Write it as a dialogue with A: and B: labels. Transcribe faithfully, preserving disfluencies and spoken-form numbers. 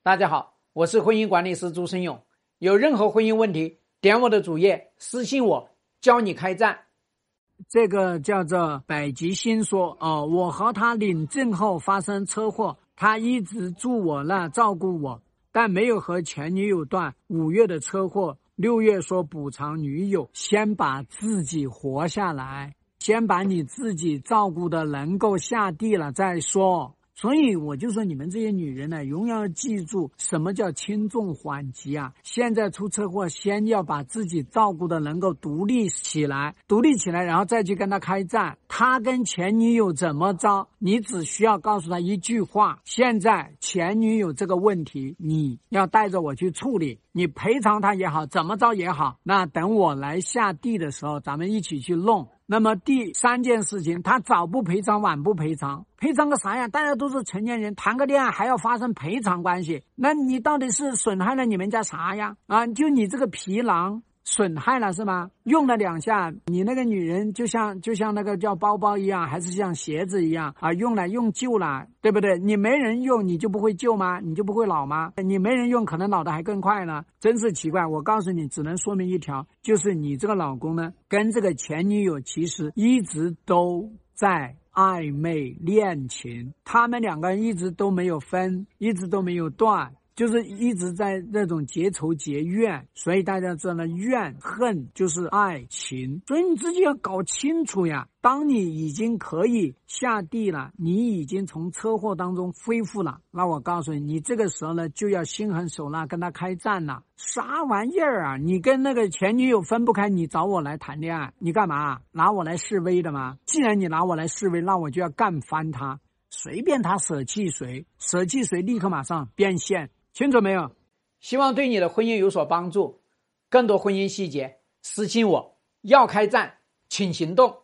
A: 大家好，我是婚姻管理师朱生勇。有任何婚姻问题，点我的主页私信我，教你开战。
B: 这个叫做北极星说哦，我和他领证后发生车祸，他一直住我那照顾我，但没有和前女友断。五月的车祸，六月说补偿女友，先把自己活下来，先把你自己照顾的能够下地了再说。所以我就说你们这些女人呢，永远要记住什么叫轻重缓急啊！现在出车祸，先要把自己照顾的能够独立起来，独立起来，然后再去跟他开战。他跟前女友怎么着，你只需要告诉他一句话：现在前女友这个问题，你要带着我去处理，你赔偿他也好，怎么着也好，那等我来下地的时候，咱们一起去弄。那么第三件事情，他早不赔偿晚不赔偿，赔偿个啥呀？大家都是成年人，谈个恋爱还要发生赔偿关系，那你到底是损害了你们家啥呀？啊，就你这个皮囊损害了是吗？用了两下，你那个女人就像就像那个叫包包一样，还是像鞋子一样啊？用了用旧了，对不对？你没人用，你就不会旧吗？你就不会老吗？你没人用，可能老的还更快呢。真是奇怪。我告诉你，只能说明一条，就是你这个老公呢，跟这个前女友其实一直都在暧昧恋情，他们两个人一直都没有分，一直都没有断。就是一直在那种结仇结怨，所以大家知道呢，怨恨就是爱情，所以你自己要搞清楚呀。当你已经可以下地了，你已经从车祸当中恢复了，那我告诉你，你这个时候呢就要心狠手辣跟他开战了。啥玩意儿啊？你跟那个前女友分不开，你找我来谈恋爱，你干嘛？拿我来示威的吗？既然你拿我来示威，那我就要干翻他，随便他舍弃谁，舍弃谁立刻马上变现。清楚没有？
A: 希望对你的婚姻有所帮助。更多婚姻细节私信我。要开战请行动。